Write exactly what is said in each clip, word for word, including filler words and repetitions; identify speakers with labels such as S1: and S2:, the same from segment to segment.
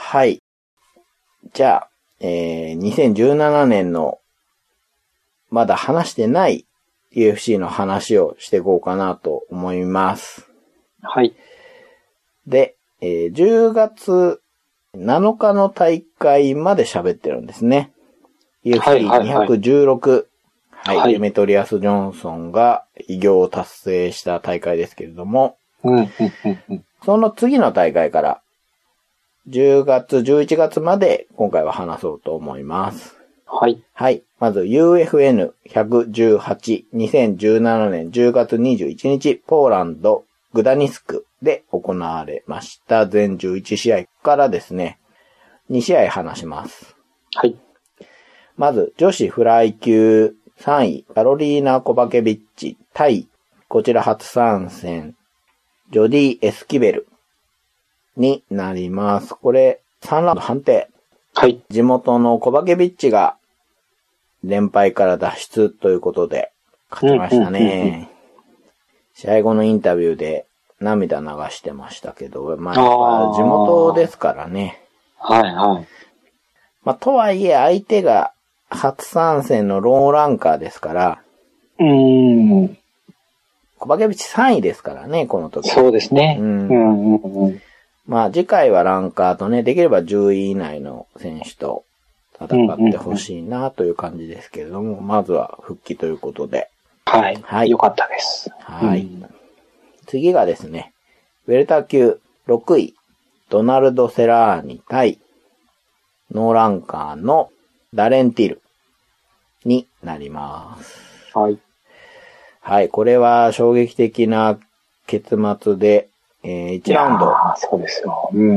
S1: はい。じゃあ、えー、にせんじゅうななねんのまだ話してない ユーエフシー の話をしていこうかなと思います。
S2: はい。
S1: で、えー、じゅうがつなのかの大会まで喋ってるんですね。ユーエフシーにひゃくじゅうろく。はい、はいはい。デメトリアス・ジョンソンが偉業を達成した大会ですけれども、
S2: うんうんうん、
S1: その次の大会からじゅうがつ、じゅういちがつまで今回は話そうと思います。
S2: はい。
S1: はい。まず ユーエフエヌひゃくじゅうはち、にせんじゅうななねんじゅうがつにじゅういちにち、ポーランド、グダニスクで行われました。全じゅういちしあいからですね、にしあい話します。
S2: はい。
S1: まず、女子フライ級さんい、カロリーナ・コバケビッチ対、こちら初参戦、ジョディ・エスキベルになります。これ、さんラウンド判定。
S2: はい。
S1: 地元のコバケビッチが、連敗から脱出ということで、勝ちましたね。うんうんうんうん、試合後のインタビューで涙流してましたけど、まあ、やっぱ地元ですからね。
S2: はいはい。
S1: まあ、とはいえ相手が初参戦のローランカーですから、
S2: うーん。
S1: コバケビッチさんいですからね、この時。
S2: そうですね。
S1: うん。
S2: うんうんうん、
S1: まあ、次回はランカーとね、できればじゅうい以内の選手と戦ってほしいなという感じですけれども、うんうんうん、まずは復帰ということで。
S2: はい。はい。よかったです。
S1: はい。うん、次がですね、ウェルター級ろくい、ドナルド・セラーニ対ノーランカーのダレン・ティルになります。
S2: はい。
S1: はい。これは衝撃的な結末で、えー、いちラウンド。
S2: ああ、そうですよ。うん。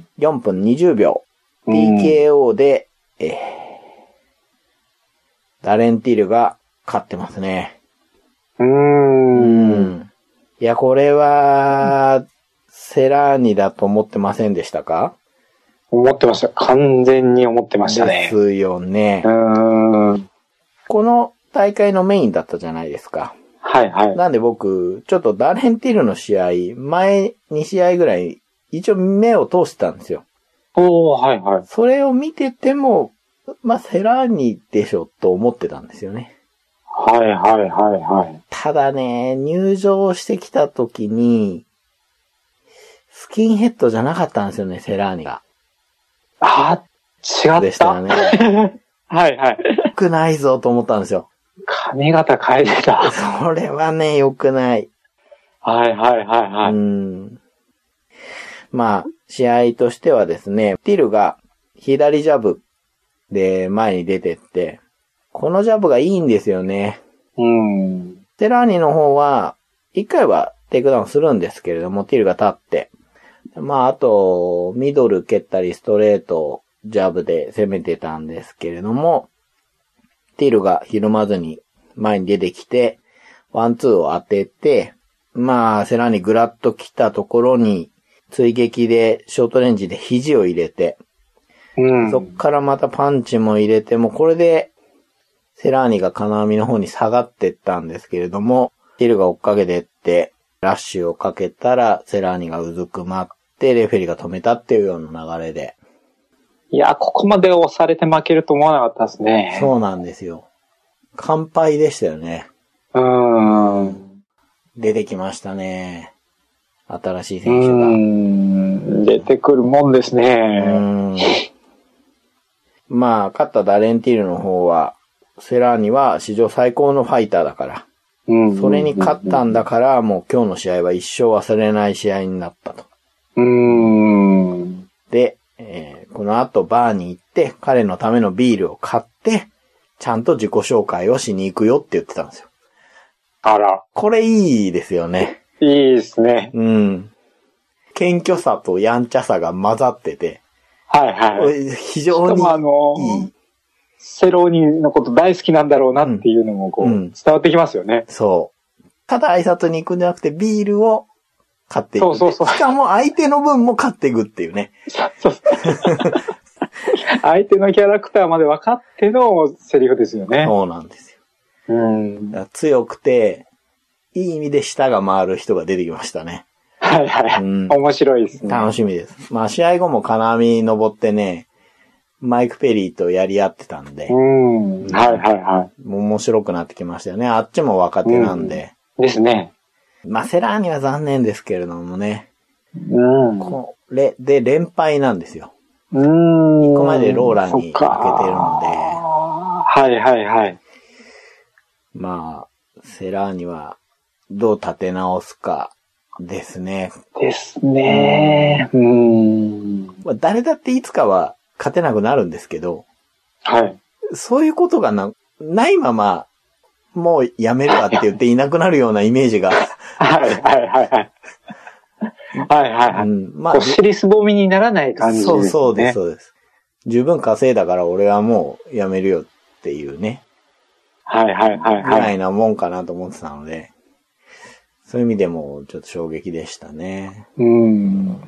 S1: よんぷんにじゅうびょう。ティーケーオー で、えー、ダレン・ティルが勝ってますね。
S2: うーん。うん。
S1: いや、これは、セラーニだと思ってませんでしたか？
S2: 思ってました。完全に思ってましたね。
S1: ですよね。
S2: うーん。
S1: この大会のメインだったじゃないですか。
S2: はいはい。
S1: なんで僕、ちょっとダレン・ティルの試合、前にしあいぐらい、一応目を通してたんですよ。
S2: おー、はいはい。
S1: それを見てても、まあ、セラーニでしょと思ってたんですよね。
S2: はいはいはいはい。
S1: ただね、入場してきた時に、スキンヘッドじゃなかったんですよね、セラーニが。
S2: あー、違った。
S1: でしたよね。
S2: はいはい。
S1: 良くないぞと思ったんですよ。
S2: 髪型変えてた。
S1: それはね、良くない。
S2: はいはいはいはい。
S1: うん。まあ、試合としてはですね、ティルが左ジャブで前に出てって、このジャブがいいんですよね。
S2: うん。
S1: セラーニの方は、一回はテイクダウンするんですけれども、ティルが立って、まあ、あと、ミドル蹴ったりストレート、ジャブで攻めてたんですけれども、ティルがひるまずに前に出てきて、ワンツーを当てて、まあ、セラーニグラッと来たところに、追撃でショートレンジで肘を入れて、
S2: うん、
S1: そっからまたパンチも入れて、もうこれで、セラーニが金網の方に下がってったんですけれども、ティルが追っかけてって、ラッシュをかけたら、セラーニがうずくまって、レフェリーが止めたっていうような流れで。
S2: いや、ここまで押されて負けると思わなかったですね。
S1: そうなんですよ。完敗でしたよね。
S2: うーん。
S1: 出てきましたね。新しい選手が。うー
S2: ん、出てくるもんですね。
S1: うーん。まあ、勝ったダレンティールの方は、セラーニは史上最高のファイターだから。うん、それに勝ったんだから、もう今日の試合は一生忘れない試合になったと。
S2: うーん。
S1: で、えー、この後バーに行って、彼のためのビールを買って、ちゃんと自己紹介をしに行くよって言ってたんですよ。
S2: あら。
S1: これいいですよね。
S2: いいですね。
S1: うん。謙虚さとやんちゃさが混ざってて。
S2: はいはい。
S1: 非常にいい。しかもあのー、
S2: セローニのこと大好きなんだろうなっていうのもこう、うん、伝わってきますよね。
S1: そう。ただ挨拶に行くんじゃなくてビールを買っていく。
S2: そうそうそう。
S1: しかも相手の分も買っていくっていうね。
S2: そうそう。相手のキャラクターまで分かってのセリフですよね。
S1: そうなんですよ。うん。強くて、いい意味で舌が回る人が出てきましたね。
S2: はいはい。うん、面白いですね。
S1: 楽しみです。まあ試合後も金網登ってね、マイク・ペリーとやり合ってたんで。
S2: うん。はいはいはい。
S1: 面白くなってきましたよね。あっちも若手なんで。
S2: うん、ですね。
S1: まあセラーには残念ですけれどもね。
S2: うん。
S1: これで連敗なんですよ。
S2: うん。
S1: 一個前でローランに負けてるので。
S2: はいはいはい。
S1: まあ、セラーにはどう立て直すかですね。
S2: ですね。うん。
S1: まあ、誰だっていつかは勝てなくなるんですけど。
S2: はい。そう
S1: いうことがな、ないまま、もうやめるわって言っていなくなるようなイメージが。
S2: はいはいはいはい。はいはいはい。うん、まあ、こう尻すぼみにならない感じですね。
S1: そうそうです、そうです。十分稼いだから俺はもうやめるよっていうね。
S2: はいはいはいはい。
S1: ぐらいなもんかなと思ってたので、そういう意味でもちょっと衝撃でしたね。
S2: うん。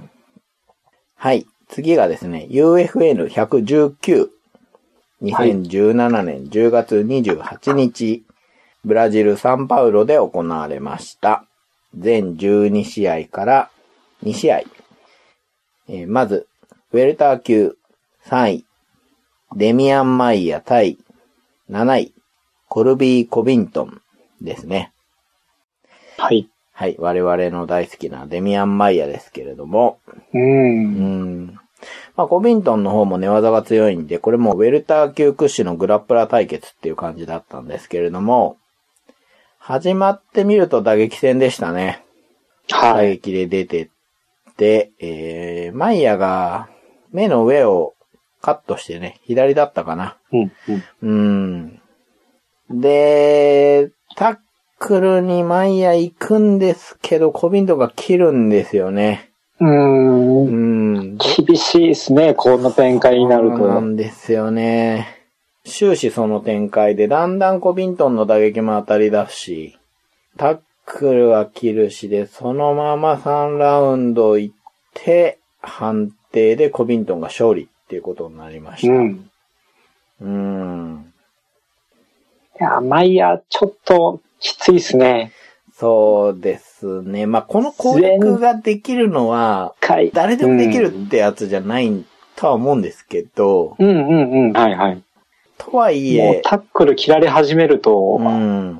S1: はい。次がですね、ユーエフエヌひゃくじゅうきゅう。にせんじゅうななねんじゅうがつにじゅうはちにち、ブラジル・サンパウロで行われました。全じゅうにしあいからにしあい。えー、まず、ウェルター級さんい、デミアン・マイヤ対なない、コルビー・コビントンですね。
S2: はい。
S1: はい。我々の大好きなデミアン・マイヤですけれども。
S2: うーん。
S1: うーん。まあ、コビントンの方も寝技が強いんで、これもウェルター級屈指のグラップラー対決っていう感じだったんですけれども、始まってみると打撃戦でしたね。
S2: はい。
S1: 打撃で出てって、えー、マイヤが目の上をカットしてね、左だったかな。
S2: うん、
S1: うん。うん。で、タックルにマイヤ行くんですけど、コビントンが切るんですよね。
S2: うーん。うん。厳しいですね、この展開になると。
S1: そうなんですよね。終始その展開で、だんだんコビントンの打撃も当たり出すし、タックルは切るしで、そのままさんラウンド行って、判定でコビントンが勝利っていうことになりました。うん。うーん。
S2: いや、マイヤーちょっときついですね。
S1: そうですね。まあ、この攻略ができるのは、誰でもできるってやつじゃないとは思うんですけど。
S2: うんうんうん。はいはい。
S1: とはいえ。
S2: もうタックル切られ始めると、うん、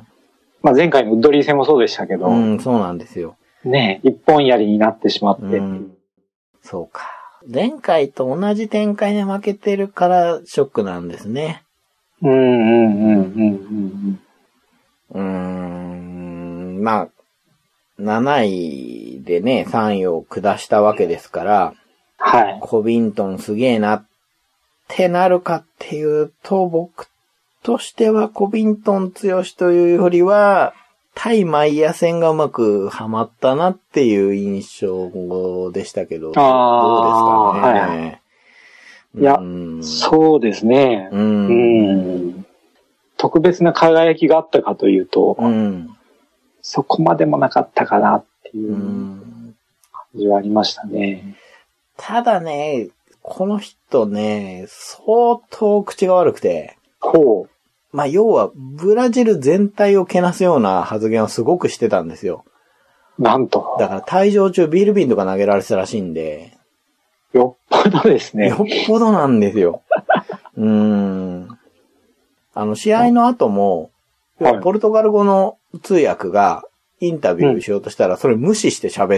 S2: まあ前回のウッドリー戦もそうでしたけど。
S1: うん、そうなんですよ。
S2: ねえ、一本槍になってしまって。うん、
S1: そうか。前回と同じ展開で負けてるからショックなんですね。
S2: うんうんうんうんうん
S1: うん。うーん、まあ、なないでね、さんいを下したわけですから、
S2: はい。
S1: コビントンすげえなってなるかっていうと、僕としてはコビントン強しというよりは、対マイヤ戦がうまくはまったなっていう印象でしたけど、
S2: あ
S1: どうですかね。
S2: はい、いや、うん、そうですね、うん、うん。特別な輝きがあったかというと、うん、そこまでもなかったかなっていう感じはありましたね。
S1: ただね、この人ね、相当口が悪くて。
S2: ほう。
S1: まあ、要は、ブラジル全体をけなすような発言をすごくしてたんですよ。
S2: なんと。
S1: だから退場中ビール瓶とか投げられてたらしいんで。
S2: よっぽどですね。
S1: よっぽどなんですよ。うーん。あの、試合の後も、はい、ポルトガル語の通訳がインタビューしようとしたら、それ無視して喋って、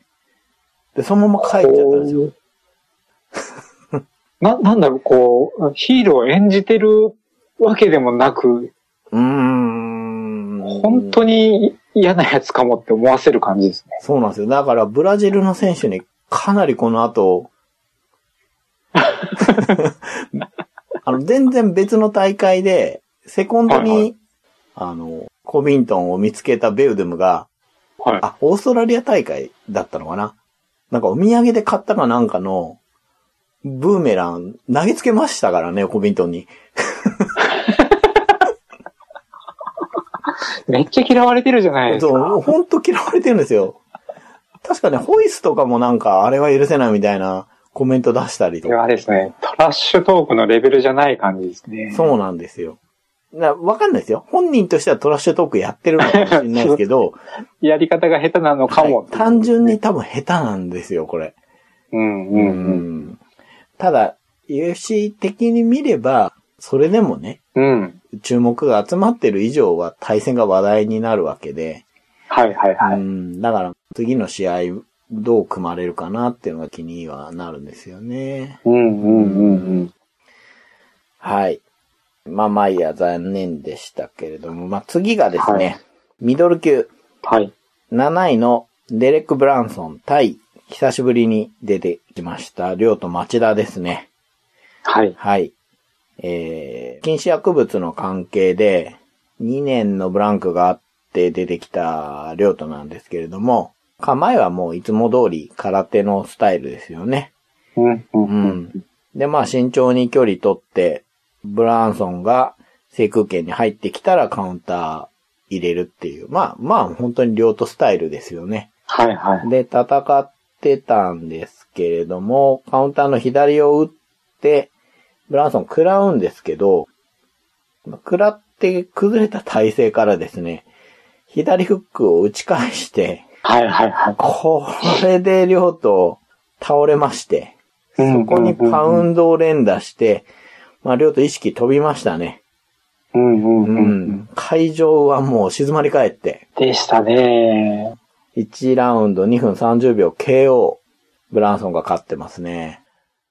S1: で、そのまま帰っちゃったんですよ。
S2: な、なんだろう、こう、ヒーローを演じてるわけでもなく、
S1: うーん。
S2: 本当に嫌なやつかもって思わせる感じですね。
S1: そうなんですよ。だから、ブラジルの選手にかなりこの後、あの、全然別の大会で、セコンドに、はいはい、あの、コビントンを見つけたベウドゥムが、はい、あ、オーストラリア大会だったのかな？なんかお土産で買ったかなんかの、ブーメラン投げつけましたからね、コビントンに。
S2: めっちゃ嫌われてるじゃないですか。
S1: そう、ほんと嫌われてるんですよ。確かね、ホイスとかもなんか、あれは許せないみたいなコメント出したりとか。
S2: いやですね、トラッシュトークのレベルじゃない感じですね。
S1: そうなんですよ。 なわかんないですよ。本人としてはトラッシュトークやってるのかもしれないですけど。
S2: やり方が下手なのかも、
S1: はい。単純に多分下手なんですよ、これ。
S2: うんうんうん。うん、
S1: ただ、ユーエフシー 的に見れば、それでもね、
S2: うん、
S1: 注目が集まってる以上は対戦が話題になるわけで。
S2: はいはいはい。
S1: うん、だから次の試合どう組まれるかなっていうのが気にはなるんですよね。
S2: うんうんうんうん。
S1: はい。まあまあいや残念でしたけれども、まあ次がですね、はい、ミドル級。
S2: はい。
S1: なないのデレック・ブランソン対久しぶりに出てきましたリョウと町田ですね。
S2: はい。
S1: はい。えー、禁止薬物の関係でにねんのブランクがあって出てきたリョウとなんですけれども、構えはもういつも通り空手のスタイルですよね。
S2: うん。うん。
S1: うん。で、まあ慎重に距離取って、ブランソンが制空権に入ってきたらカウンター入れるっていう。まあまあ本当に両とスタイルですよね。
S2: はいはい。
S1: で、戦ってたんですけれども、カウンターの左を打って、ブランソン食らうんですけど、食らって崩れた体勢からですね、左フックを打ち返して、
S2: はいはいはい。
S1: これで両と倒れまして、そこにパウンドを連打して、まあ、両と意識飛びましたね。
S2: うんうんうん、うん。
S1: 会場はもう静まり返って。
S2: でしたね。
S1: いちラウンドにふんさんじゅうびょう ケーオー。ブランソンが勝ってますね。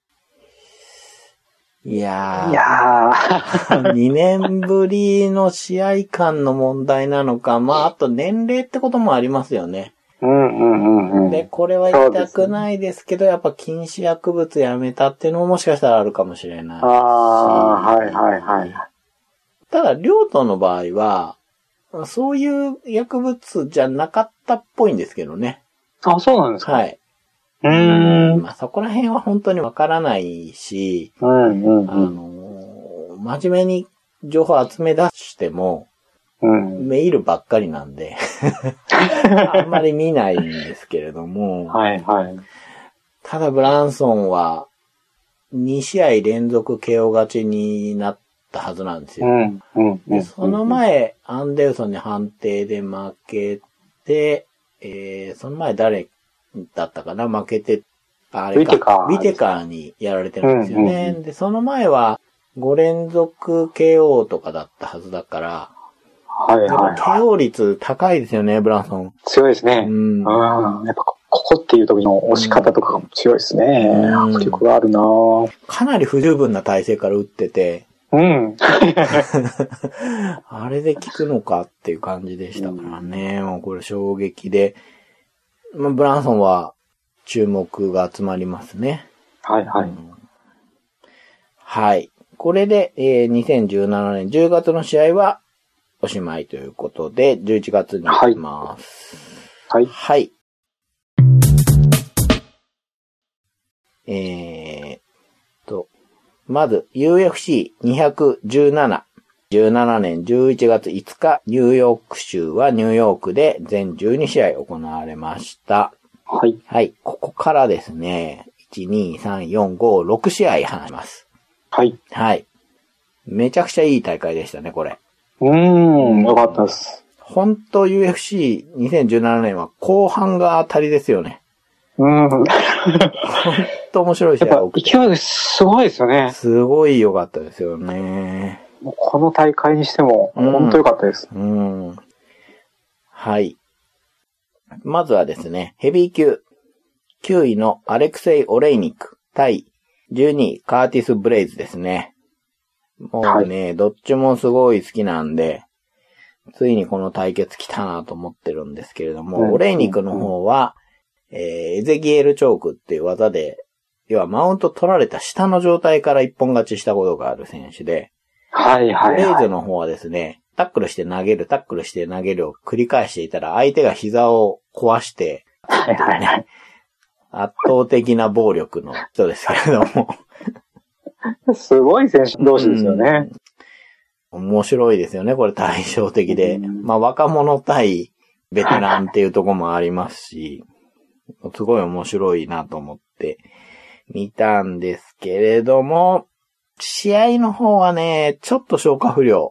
S1: いやー。
S2: いやー。
S1: にねんぶりの試合感の問題なのか、まあ、あと年齢ってこともありますよね。
S2: うんうんうんうん。
S1: で、これは言いたくないですけど、やっぱ禁止薬物やめたっていうのももしかしたらあるかもしれないし。
S2: ああ、はいはいはい。
S1: ただ、両党の場合は、そういう薬物じゃなかったっぽいんですけどね。
S2: あ、そうなんですか？
S1: はい。
S2: うーん。
S1: まあ、そこら辺は本当にわからないし、
S2: うんうんうん、
S1: あの、真面目に情報集め出しても、
S2: うん、
S1: メールばっかりなんで、あんまり見ないんですけれども、
S2: はいはい。
S1: ただブランソンはにしあい連続 ケーオー 勝ちになったはずなんですよ。
S2: うんうんうん、
S1: でその前、アンデルソンに判定で負けて、えー、その前誰だったかな負けて、あれか、
S2: ウィテカー。
S1: ウィテカーにやられてるんですよね。うんうんうん、で、その前はご連続 ケーオー とかだったはずだから、
S2: はいはい、はい。
S1: ケーオー 率高いですよね、ブランソン。
S2: 強いですね。
S1: うん。
S2: あやっぱここっていう時の押し方とかも強いですね。迫力があるな
S1: かなり不十分な体勢から打ってて。
S2: うん。
S1: あれで効くのかっていう感じでしたからね。うん、もうこれ衝撃で。まあ、ブランソンは注目が集まりますね。
S2: はいはい。うん、
S1: はい。これで、えー、にせんじゅうななねんじゅうがつの試合はおしまいということで、じゅういちがつに行きます。
S2: はい。
S1: はい。はい、えーと、まず ユーエフシーにひゃくじゅうなな。じゅうななねんじゅういちがついつか、ニューヨーク州はニューヨークで全じゅうにしあい行われました。
S2: はい。
S1: はい。ここからですね、いち、に、さん、よん、ご、ろくしあい話します。
S2: はい。
S1: はい。めちゃくちゃいい大会でしたね、これ。
S2: うーん、よかったです。
S1: 本当 ユーエフシーにせんじゅうななねんは後半が当たりですよね。
S2: うん。本
S1: 当面白い試合が多くて。
S2: 勢いすごいですよね。
S1: すごい良かったですよね。
S2: もうこの大会にしても、本当良かったです、
S1: うん。うん。はい。まずはですね、ヘビー級。きゅういのアレクセイ・オレイニック対じゅうにいカーティス・ブレイズですね。もうね、はい、どっちもすごい好きなんで、ついにこの対決来たなと思ってるんですけれども、うん、オレイニックの方は、うんえー、エゼギエルチョークっていう技で、要はマウント取られた下の状態から一本勝ちしたことがある選手で、
S2: はいはいはい。
S1: ブレイズの方はですね、タックルして投げる、タックルして投げるを繰り返していたら、相手が膝を壊して、
S2: はいはいはい。
S1: 圧倒的な暴力の人ですけれども。
S2: すごい選手同士ですよね。
S1: うん、面白いですよね、これ対照的で。うん、まあ若者対ベテランっていうところもありますし、すごい面白いなと思って見たんですけれども、試合の方はね、ちょっと消化不良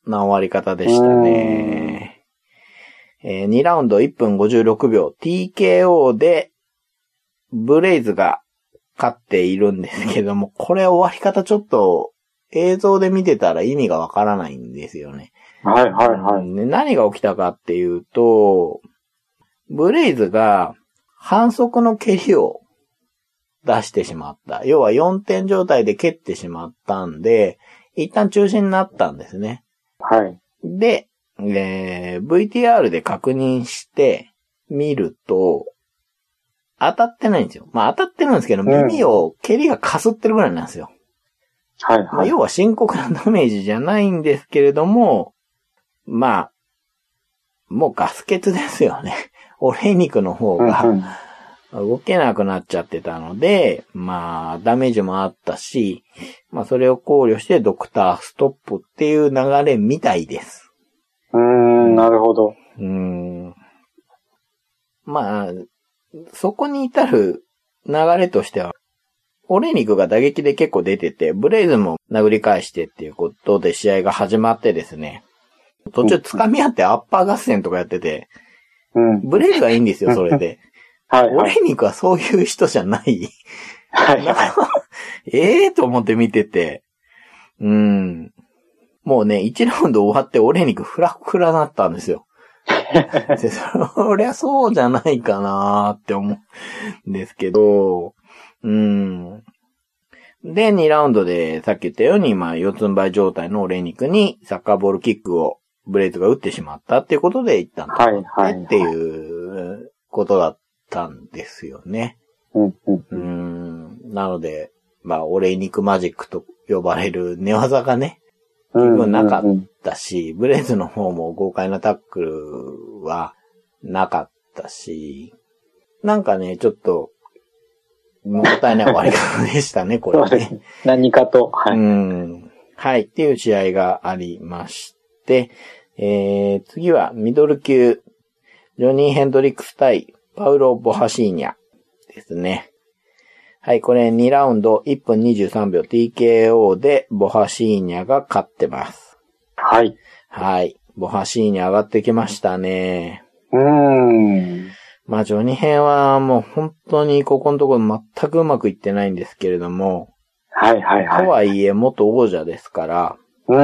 S1: な終わり方でしたね。えー、にラウンドいっぷんごじゅうろくびょう ティーケーオー でブレイズが勝っているんですけども、これ終わり方ちょっと映像で見てたら意味がわからないんですよね。
S2: はいはいはい。
S1: で、何が起きたかっていうと、ブレイズが反則の蹴りを出してしまった。要はよんてん状態で蹴ってしまったんで、一旦中止になったんですね。
S2: はい。
S1: で、えー、ブイティーアール で確認してみると、当たってないんですよ。まあ当たってるんですけど、耳を蹴りがかすってるぐらいなんですよ。
S2: はいはい。
S1: まあ、要は深刻なダメージじゃないんですけれども、まあ、もうガス欠ですよね。オレイニクの方が動けなくなっちゃってたので、まあダメージもあったし、まあそれを考慮してドクターストップっていう流れみたいです。
S2: うーん、なるほど。
S1: うーん。まあ、そこに至る流れとしては、オレイニクが打撃で結構出てて、ブレイズも殴り返してっていうことで試合が始まってですね、途中掴み合ってアッパー合戦とかやってて、
S2: うん、
S1: ブレイズはいいんですよ、それで。
S2: はいはい、
S1: オレイニクはそういう人じゃない。
S2: はいはい、
S1: ええと思って見てて、うん。もうね、いちラウンド終わってオレイニクフラフラなったんですよ。でそりゃそうじゃないかなーって思うんですけど、うん。で、にラウンドでさっき言ったように、まあ、四つん這い状態のオレイニクにサッカーボールキックをブレイズが打ってしまったっていうことで一旦
S2: はいはい、
S1: っていうことだったんですよね。
S2: うんうん
S1: うん。なので、まあ、オレイニクマジックと呼ばれる寝技がね、十分なかったし、ブレイズの方も豪快なタックルはなかったし、なんかね、ちょっと、もったいない終わり方でしたね、これね。そうですね。
S2: 何かと、はい。
S1: うん。はい、っていう試合がありまして、えー、次はミドル級、ジョニー・ヘンドリックス対パウロ・ボハシーニャですね。はい、これにラウンドいっぷんにじゅうさんびょう ティーケーオー でボハシーニャが勝ってます。
S2: はい。
S1: はい。ボハシーニャ上がってきましたね。
S2: うーん。
S1: まあ、ジョニー編はもう本当にここのところ全くうまくいってないんですけれども。
S2: はいはいはい。
S1: とはいえ元王者ですから。
S2: うん。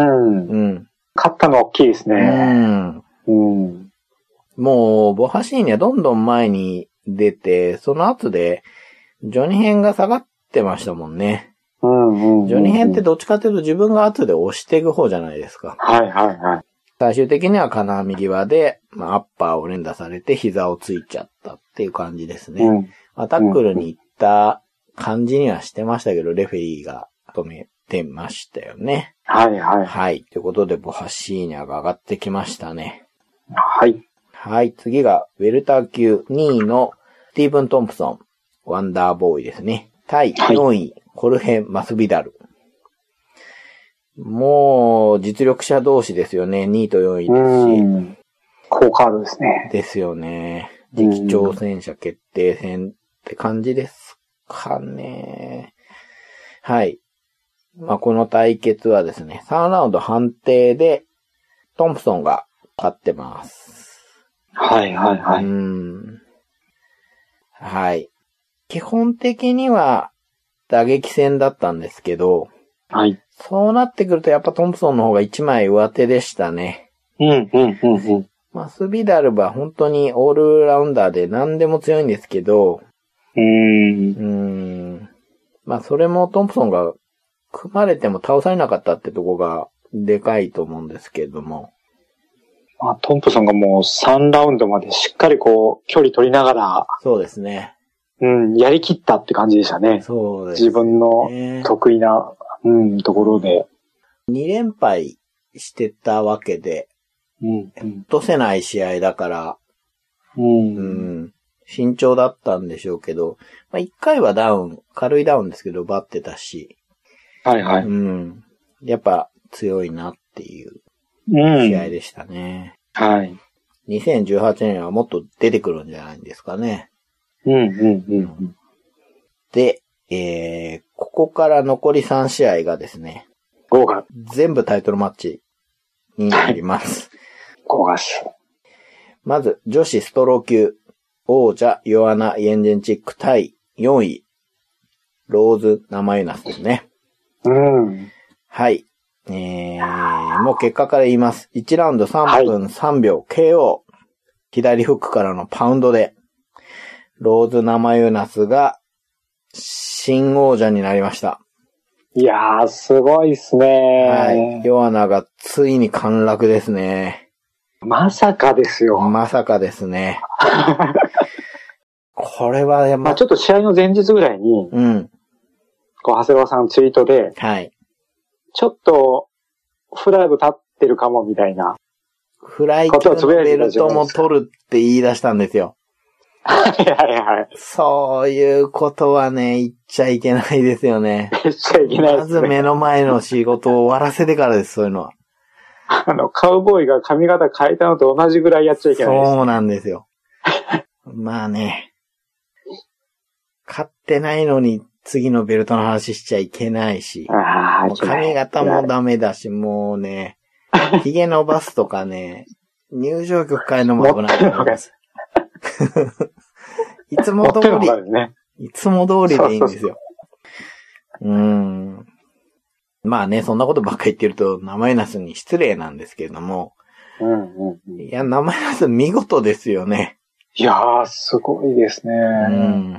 S2: うん。勝ったの大きいですね。うん。うん。
S1: もう、ボハシーニャどんどん前に出て、その後で、ジョニー編が下がってましたもんね。
S2: うんうんうんうん、
S1: ジョニー編ってどっちかというと自分が後で押していく方じゃないですか。
S2: はいはいはい。
S1: 最終的には金網際で、まあ、アッパーを連打されて膝をついちゃったっていう感じですね。うんまあ、タックルに行った感じにはしてましたけど、レフェリーが止めてましたよね。
S2: はいはい。
S1: はい。ということで、ボハシーニャが上がってきましたね。
S2: はい。
S1: はい。次が、ウェルター級にいのスティーブン・トンプソン、ワンダーボーイですね。対よんい、はい、コルヘ・マスビダル。もう、実力者同士ですよね。にいとよんいですし。
S2: 好カードですね。
S1: ですよね。次期挑戦者決定戦って感じですかね。はい。まあ、この対決はですね、さんラウンド判定で、トンプソンが勝ってます。
S2: はいはいはい。
S1: うん。はい。基本的には打撃戦だったんですけど、
S2: はい。
S1: そうなってくるとやっぱトンプソンの方が一枚上手でしたね。
S2: うんうんうんうん。
S1: マスビダルは本当にオールラウンダーで何でも強いんですけど、
S2: うーん。
S1: うーん。まあそれもトンプソンが組まれても倒されなかったってとこがでかいと思うんですけれども。
S2: まあトンプソンがもうさんラウンドまでしっかりこう距離取りながら。
S1: そうですね。
S2: うん、やりきったって感じでしたね。
S1: そうですね。
S2: 自分の得意な、うん、ところで。
S1: に連敗してたわけで、
S2: うん、うん。
S1: 落とせない試合だから、
S2: うん、
S1: うん、慎重だったんでしょうけど、まあ、いっかいはダウン、軽いダウンですけど、奪ってたし、
S2: はいはい。
S1: うん。やっぱ強いなっていう試合でしたね。
S2: うん、はい。
S1: にせんじゅうはちねんはもっと出てくるんじゃないんですかね。
S2: うんうんうん、
S1: で、えー、ここから残りさん試合がですね、
S2: 豪華。
S1: 全部タイトルマッチになります。
S2: ごがつ。
S1: まず、女子ストロー級、王者、ヨアナ・イエンジェンチック対よんい、ローズ・ナマユナスですね。
S2: うん。
S1: はい。えー、もう結果から言います。いちラウンドさんぷんさんびょう、はい、ケーオー。左フックからのパウンドで、ローズ・ナマユナスが新王者になりました。
S2: いやー、すごいっすね。
S1: はい。ヨアナがついに陥落ですね。
S2: まさかですよ。
S1: まさかですね。これは、
S2: まあちょっと試合の前日ぐらいに、
S1: うん。
S2: こう、長谷川さんツイートで、
S1: はい。
S2: ちょっと、フラグ立ってるかもみたいな。
S1: フライ級のベルトも取るって言い出したんですよ。
S2: はいはいはい。
S1: そういうことはね、言っちゃいけないですよね。
S2: 言っちゃいけないですね。
S1: まず目の前の仕事を終わらせてからです、そういうのは。
S2: あの、カウボーイが髪型変えたのと同じぐらいやっちゃいけないです。
S1: そうなんですよ。まあね。買ってないのに次のベルトの話しちゃいけないし。
S2: ああ、
S1: 髪型もダメだし、もうね、髭伸ばすとかね、入場曲変えるのも危ないと思います。いつも通り、ね、いつも通りでいいんですよ。うーん。まあね、そんなことばっかり言ってると、ナマユナスに失礼なんですけれども。
S2: うんうんうん、い
S1: や、ナマユナス見事ですよね。
S2: いやー、すごいですね。
S1: うん。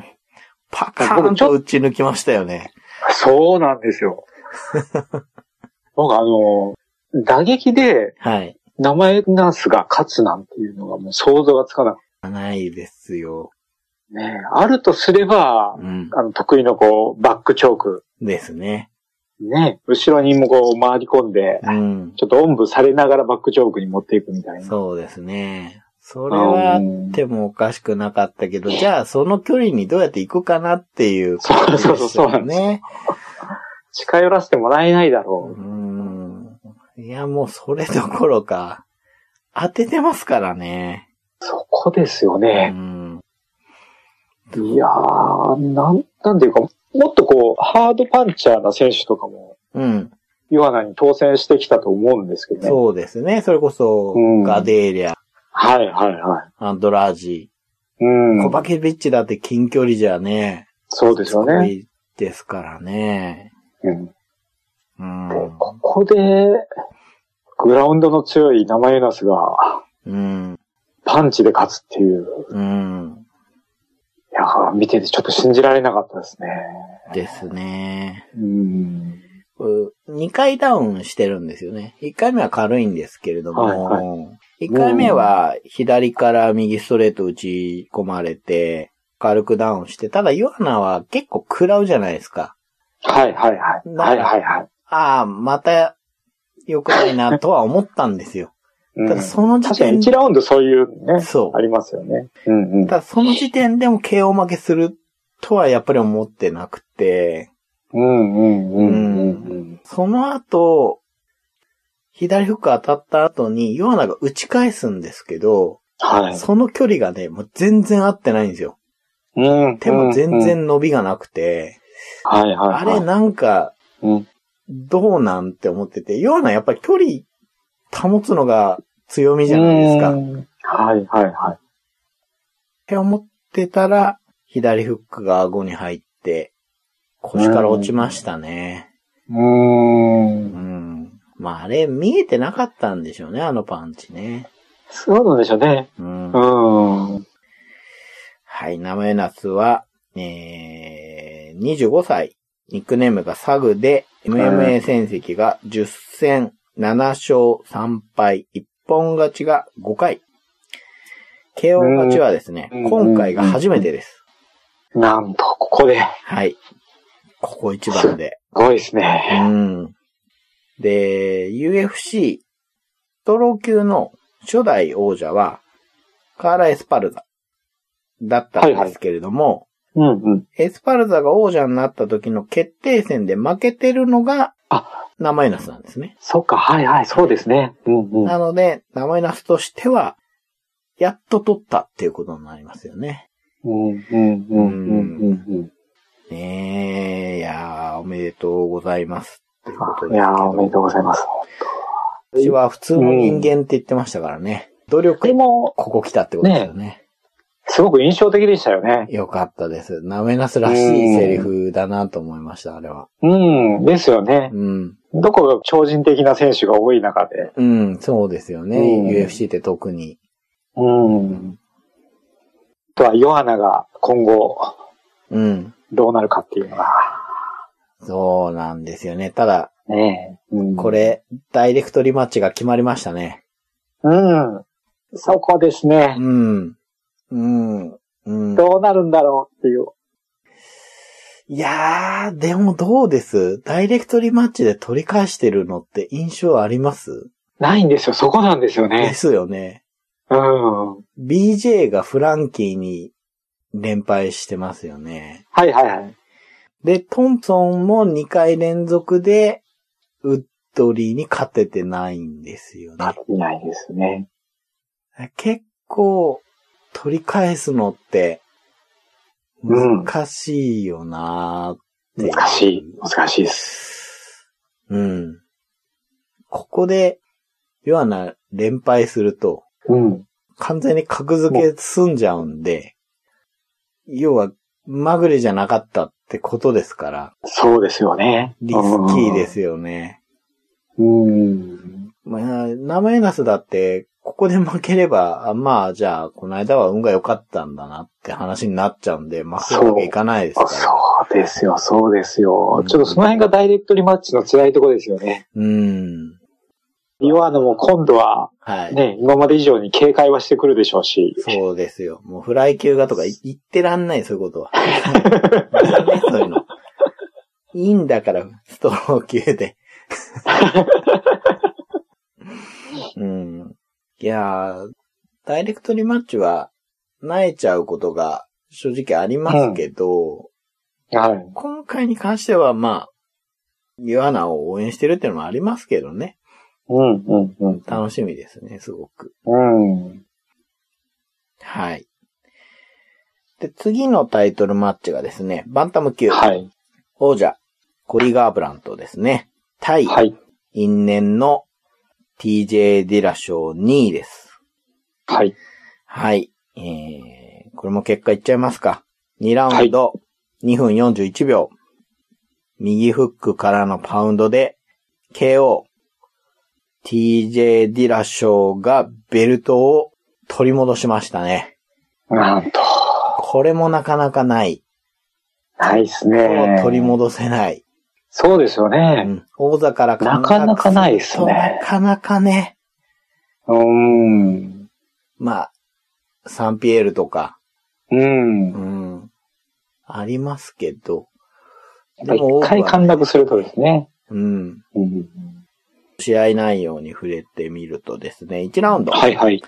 S1: パカーンと打ち抜きましたよね。
S2: そうなんですよ。僕あの、打撃で、
S1: はい。
S2: ナマユナスが勝つなんていうのがもう想像がつかな
S1: い。ないですよ。
S2: ねえ、あるとすれば、うん、あの、得意のこう、バックチョーク。
S1: ですね。
S2: ね、後ろにもこう回り込んで、うん、ちょっとおんぶされながらバックチョークに持っていくみたいな。
S1: そうですね。それはあってもおかしくなかったけど、じゃあその距離にどうやって行くかなっていう感じですよね。そうそうそうなんです。
S2: 近寄らせてもらえないだろう。
S1: うん。いやもうそれどころか、当ててますからね。
S2: そこですよね。うん、いやー、なん、なんていうか、もっとこう、ハードパンチャーな選手とかも、うん。ヨアナに当選してきたと思うんですけどね。
S1: そうですね。それこそ、うん、ガデーリャ。
S2: はいはいはい。
S1: アンドラージ。うん。コバケビッチだって近距離じゃね。
S2: そうですよね。すご
S1: いですからね。うん。
S2: うん。で、ここで、グラウンドの強いナマユナスが、うん。パンチで勝つっていう。うん。いや、見ててちょっと信じられなかったですね。
S1: ですね。うん。にかいダウンしてるんですよね。いっかいめは軽いんですけれども、はいはい、いっかいめは左から右ストレート打ち込まれて、軽くダウンして、ただヨアナは結構食らうじゃないですか。
S2: はいはいはい。はいはいはい。
S1: ああ、また良くないなとは思ったんですよ。ただその時点で、
S2: 確かにいちラウンドそういうね、そう。ありますよね。
S1: うんうん、ただその時点でも ケーオー 負けするとはやっぱり思ってなくて、うんうんうんうん、その後、左フック当たった後にヨアナが打ち返すんですけど、はい、その距離がね、もう全然合ってないんですよ。うん、手も全然伸びがなくて、うんうん、あれなんか、どうなんって思ってて、ヨアナやっぱり距離保つのが強みじゃないですか。
S2: はいはいはい。
S1: って思ってたら、左フックが顎に入って、腰から落ちましたね。うーん。うん。まああれ見えてなかったんでしょうね、あのパンチね。
S2: そうなんでしょうね。うん。うん。
S1: はい、ナマユナスは、えー、にじゅうごさい、ニックネームがサグで、エムエムエー 戦績がじゅっせんななしょうさんぱい、一本勝ちがごかい。ケーオー 勝ちはですね、今回が初めてです。
S2: なんと、ここで。
S1: はい。ここ一番で。
S2: すごいですね。
S1: うん。で、ユーエフシー、ストロー級の初代王者は、カーラ・エスパルザだったんですけれども、はいはいうんうん、エスパルザが王者になった時の決定戦で負けてるのが、ナマユナスなんですね。
S2: そっか、はいはい、そうですね。うんうん、
S1: なので、ナマユナスとしては、やっと取ったっていうことになりますよね。うん、うん、うん、うん、うん。ねえ、いやー、おめでとうございます。っていうことですけど。
S2: いやー、おめでとうございます。
S1: 私は普通の人間って言ってましたからね。うん、努力でも、ここ来たってことですよね。ね、
S2: すごく印象的でしたよね。
S1: よかったです。ナメナスらしいセリフだなと思いました、あれは。
S2: うん、ですよね。うん。どこが超人的な選手が多い中で。
S1: うん、そうですよね。うん、ユーエフシー って特に。
S2: うん。あとは、ヨハナが今後、うん。どうなるかっていうのが。
S1: そうなんですよね。ただ、
S2: ね
S1: え、うん、これ、ダイレクトリマッチが決まりましたね。
S2: うん。そこですね。
S1: うん。うん。うん、
S2: どうなるんだろうっていう。
S1: いやー、でもどうです?ダイレクトリマッチで取り返してるのって印象あります?
S2: ないんですよ。そこなんですよね。
S1: ですよね。
S2: うん。
S1: ビージェー がフランキーに連敗してますよね。
S2: はいはいはい。
S1: で、トンプソンもにかい連続でウッドリーに勝ててないんですよね。
S2: 勝てないですね。
S1: 結構取り返すのって難しいよなーっていう、
S2: うん。難しい。難しいです。
S1: うん。ここで、ヨアナ連敗すると、
S2: うん、
S1: 完全に格付け済んじゃうんで、要は、まぐれじゃなかったってことですから。
S2: そうですよね。
S1: リスキーですよね。
S2: うん。
S1: まあ、ナメナスだって、ここで負ければ、まあ、じゃあ、この間は運が良かったんだなって話になっちゃうんで、負けるわけいかないですから。
S2: そう、そうですよ、そうですよ、うん。ちょっとその辺がダイレクトリマッチの辛いところですよね。
S1: うん。
S2: ヨアナも今度は、はい。ね、今まで以上に警戒はしてくるでしょうし。
S1: そうですよ。もうフライ級がとか言ってらんない、そういうことは。ね、そういうの。いいんだから、ストロー級で。うん。いやー、ダイレクトリマッチは、萎えちゃうことが正直ありますけど、
S2: うん、はい。
S1: 今回に関しては、まあ、ヨアナを応援してるっていうのもありますけどね。
S2: うんうんうん。
S1: 楽しみですね、すごく。
S2: うん。
S1: はい。で、次のタイトルマッチがですね、バンタム級。
S2: はい。
S1: 王者、コリガーブラントですね。対、はい。因縁の ティージェー ディラ賞にいです。
S2: はい。
S1: はい。えー、これも結果いっちゃいますか。にラウンド、にふんよんじゅういちびょう。右フックからのパウンドで、ケーオー。ティージェー ディラ賞がベルトを取り戻しましたね。
S2: なんと。
S1: これもなかなかない。
S2: ないっすね。
S1: 取り戻せない。
S2: そうですよね。
S1: うん、王座から
S2: なかなかないっすね。
S1: なかなかね。
S2: うーん。
S1: まあ、サンピエールとか。
S2: うん。
S1: うん。ありますけど。
S2: でも一回陥落するとですね。
S1: うん。うん試合内容に触れてみるとですね、いちラウンド。
S2: はいはい。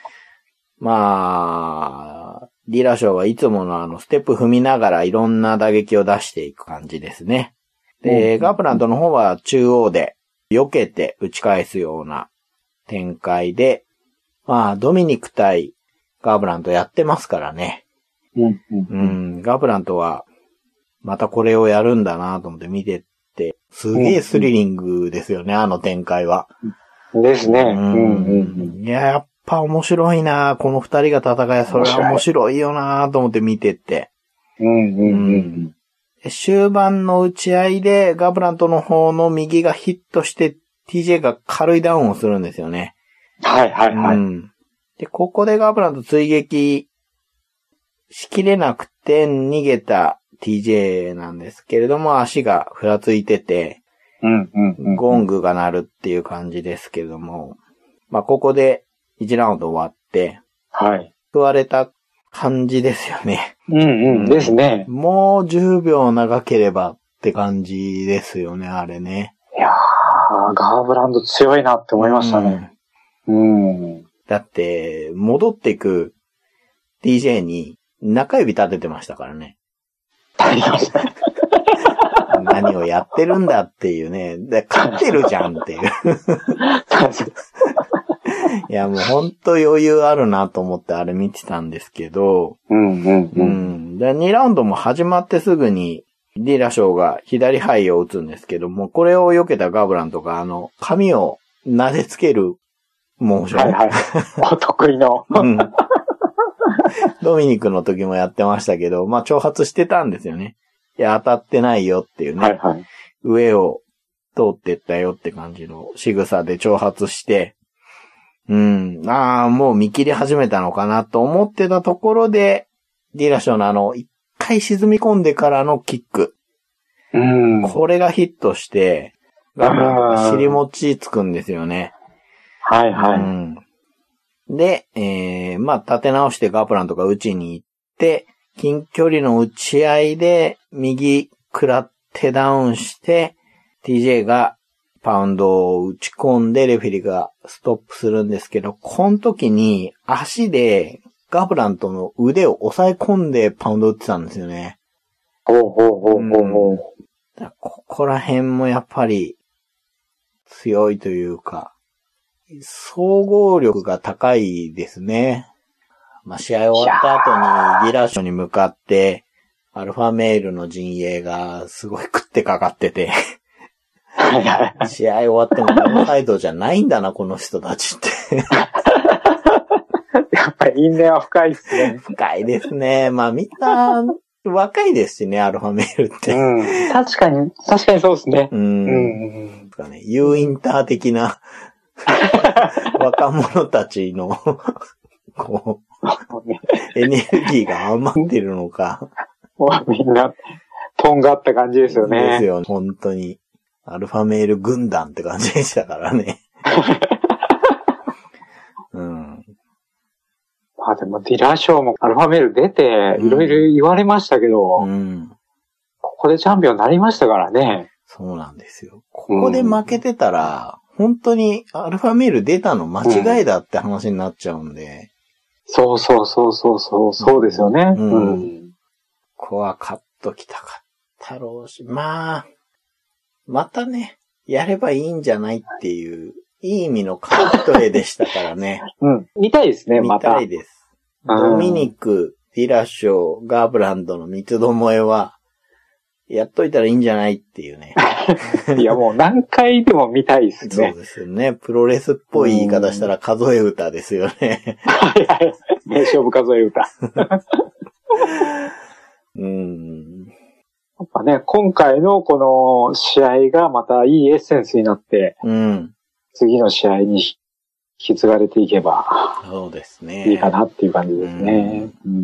S1: まあ、ディラ賞はいつものあの、ステップ踏みながらいろんな打撃を出していく感じですね。で、うん、ガープラントの方は中央で避けて打ち返すような展開で、まあ、ドミニク対ガーブラントやってますからね。
S2: うん、うん
S1: うん、ガーブラントは、またこれをやるんだなと思って見てすげえスリリングですよね、うん、あの展開は。
S2: ですね。
S1: うんうん、いや、やっぱ面白いなこの二人が戦い、それは面白いよなと思って見てて。
S2: うんうんうん
S1: うん、終盤の打ち合いでガブラントの方の右がヒットして ティージェー が軽いダウンをするんですよね。
S2: はいはいはい。うん、
S1: で、ここでガブラント追撃しきれなくて逃げたティージェー なんですけれども、足がふらついてて、
S2: うんうんうん、
S1: ゴングが鳴るっていう感じですけれども、まあ、ここでいちラウンド終わって、
S2: はい。
S1: 食われた感じですよね。
S2: うんうんですね。
S1: もうじゅうびょう長ければって感じですよね、あれね。
S2: いやー、ガーブランド強いなって思いましたね。うん。うん、
S1: だって、戻ってく ティージェー に中指立ててましたからね。何をやってるんだっていうね。で勝ってるじゃんっていう。いやもうほんと余裕あるなと思ってあれ見てたんですけど。
S2: うんうんうん。うん、
S1: でにラウンドも始まってすぐにディラショーが左ハイを打つんですけども、これを避けたガブランとかあの、髪を撫でつけるモーション。
S2: はいはい。お得意の。うん。
S1: ドミニクの時もやってましたけど、まあ挑発してたんですよね。いや、当たってないよっていうね。
S2: はいはい。
S1: 上を通ってったよって感じの仕草で挑発して、うん、ああ、もう見切り始めたのかなと思ってたところで、ディラショのあの、一回沈み込んでからのキック。
S2: うん。
S1: これがヒットして、ガブランドが尻餅つくんですよね。
S2: はいはい。う
S1: ん、で、えー、まあ、立て直してガブランドが打ちに行って、近距離の打ち合いで右食らってダウンして、ティージェー がパウンドを打ち込んでレフェリーがストップするんですけど、この時に足でガブラントの腕を押さえ込んでパウンド打ってたんですよね。
S2: ほうほうほうほうほう。
S1: うん、ここら辺もやっぱり強いというか、総合力が高いですね。まあ、試合終わった後にディラショに向かって、アルファメールの陣営がすごい食ってかかってて、試合終わってもノーサイドじゃないんだな、この人たちって。
S2: やっぱり因縁は深いですね。
S1: 深いですね。まあみんな若いですしね、アルファメールって。
S2: うん、確かに、確かにそうですね。うん。うん、
S1: かね、ユーインター的な若者たちの、こう、エネルギーが余ってるのか。
S2: みんな、とんがった感じですよね。
S1: ですよ、本当に。アルファメール軍団って感じでしたからね。うん。
S2: まあでもディラショーもアルファメール出て、いろいろ言われましたけど、うん、ここでチャンピオンになりましたからね。
S1: そうなんですよ。ここで負けてたら、うん、本当にアルファメール出たの間違いだって話になっちゃうんで。うん、
S2: そうそうそうそうそう、そうですよね。うん。うん、
S1: ここは勝っときたかったろうし、まあ、またね、やればいいんじゃないっていう、いい意味のカット絵でしたからね。
S2: うん。見たいですね、また。
S1: 見たいです。ドミニク、ディラショー、ガーブランドの三つどもえは、やっといたらいいんじゃないっていうね。
S2: いや、もう何回でも見たいですね。
S1: そうですよね。プロレスっぽい言い方したら数え歌ですよね。
S2: はいはい。名勝負数え歌。
S1: うーん。
S2: やっぱね、今回のこの試合がまたいいエッセンスになって、うん、次の試合に引き継がれていけば、
S1: そうですね。
S2: いいかなっていう感じですね。うん、うん、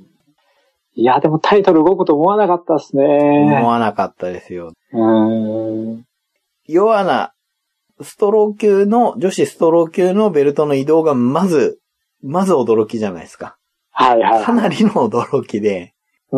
S2: いや、でもタイトル動くと思わなかったですね。
S1: 思わなかったですよ。うん。弱なストロー級の、女子ストロー級のベルトの移動がまず、まず驚きじゃないですか。
S2: はいはい、はい。
S1: かなりの驚きで、うん、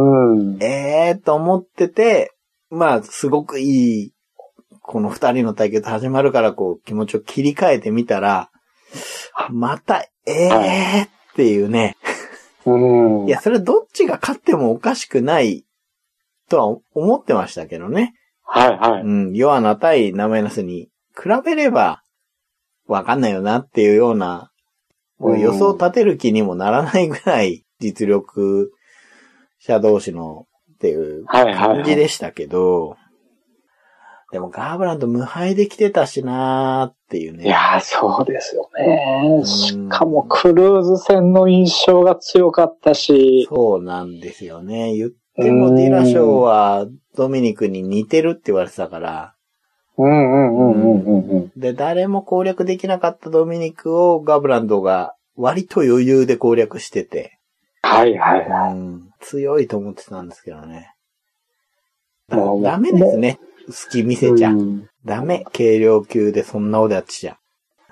S1: ええーと思ってて、まあ、すごくいい、この二人の対決始まるからこう気持ちを切り替えてみたら、また、ええーっていうね。うん、いや、それどっちが勝ってもおかしくないとは思ってましたけどね。
S2: はいはい。
S1: うん、ヨアナ対ナメナスに比べればわかんないよなっていうような、もう予想立てる気にもならないぐらい実力、者同士のっていう感じでしたけど、はいはいはい、でもガーブランド無敗で来てたしなーっていうね。
S2: いやーそうですよね。しかもクルーズ戦の印象が強かったし。
S1: そうなんですよね。言ってもディラショーはドミニクに似てるって言われてたから。
S2: うんうんうんうんうん、うん。
S1: で、誰も攻略できなかったドミニクをガーブランドが割と余裕で攻略してて。
S2: はいはいはい、
S1: うん。強いと思ってたんですけどね。だダメですね。好き見せちゃ。うん、ダメ。軽量級でそんなおだちじゃ。